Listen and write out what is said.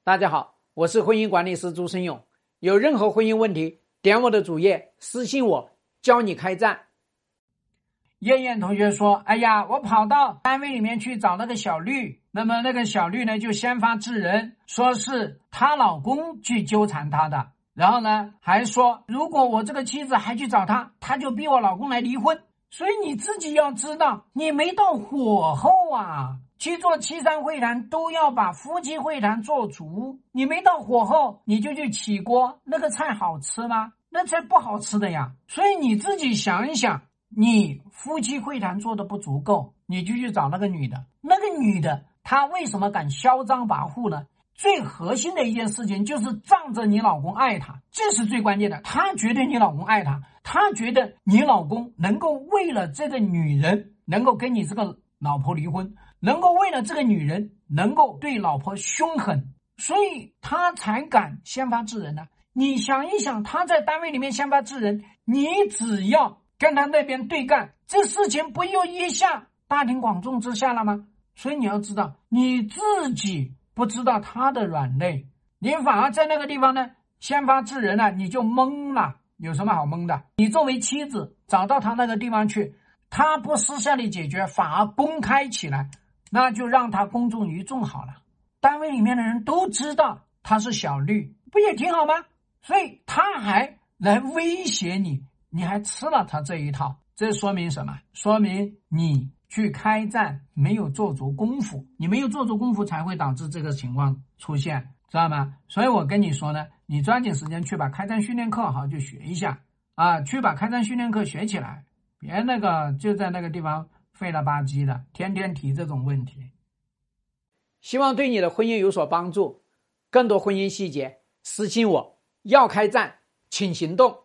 大家好，我是婚姻管理师朱生勇。有任何婚姻问题，点我的主页私信我，教你开战。燕燕同学说，哎呀，我跑到单位里面去找那个小绿，那么那个小绿呢就先发制人，说是她老公去纠缠她的，然后呢还说如果我这个妻子还去找她，她就逼我老公来离婚。所以你自己要知道，你没到火候啊，去做七三会谈都要把夫妻会谈做足，你没到火候你就去起锅，那个菜好吃吗？那菜不好吃的呀。所以你自己想一想，你夫妻会谈做的不足够，你就去找那个女的，那个女的她为什么敢嚣张跋扈呢？最核心的一件事情就是仗着你老公爱她，这是最关键的。她觉得你老公爱她，她觉得你老公能够为了这个女人能够跟你这个老婆离婚，能够为了这个女人能够对老婆凶狠，所以她才敢先发制人呢。你想一想，她在单位里面先发制人，你只要跟她那边对干，这事情不又一下大庭广众之下了吗？所以你要知道，你自己不知道他的软肋，你反而在那个地方呢先发制人了，你就懵了。有什么好懵的？你作为妻子找到他那个地方去，他不私下里解决，反而公开起来，那就让他公众于众好了。单位里面的人都知道他是小绿，不也挺好吗？所以他还来威胁你，你还吃了他这一套，这说明什么？说明你去开战没有做足功夫，你没有做足功夫才会导致这个情况出现，知道吗？所以我跟你说呢，你抓紧时间去把开战训练课好好去学一下啊，去把开战训练课学起来，别那个就在那个地方废了吧唧的，天天提这种问题。希望对你的婚姻有所帮助，更多婚姻细节私信我。要开战请行动。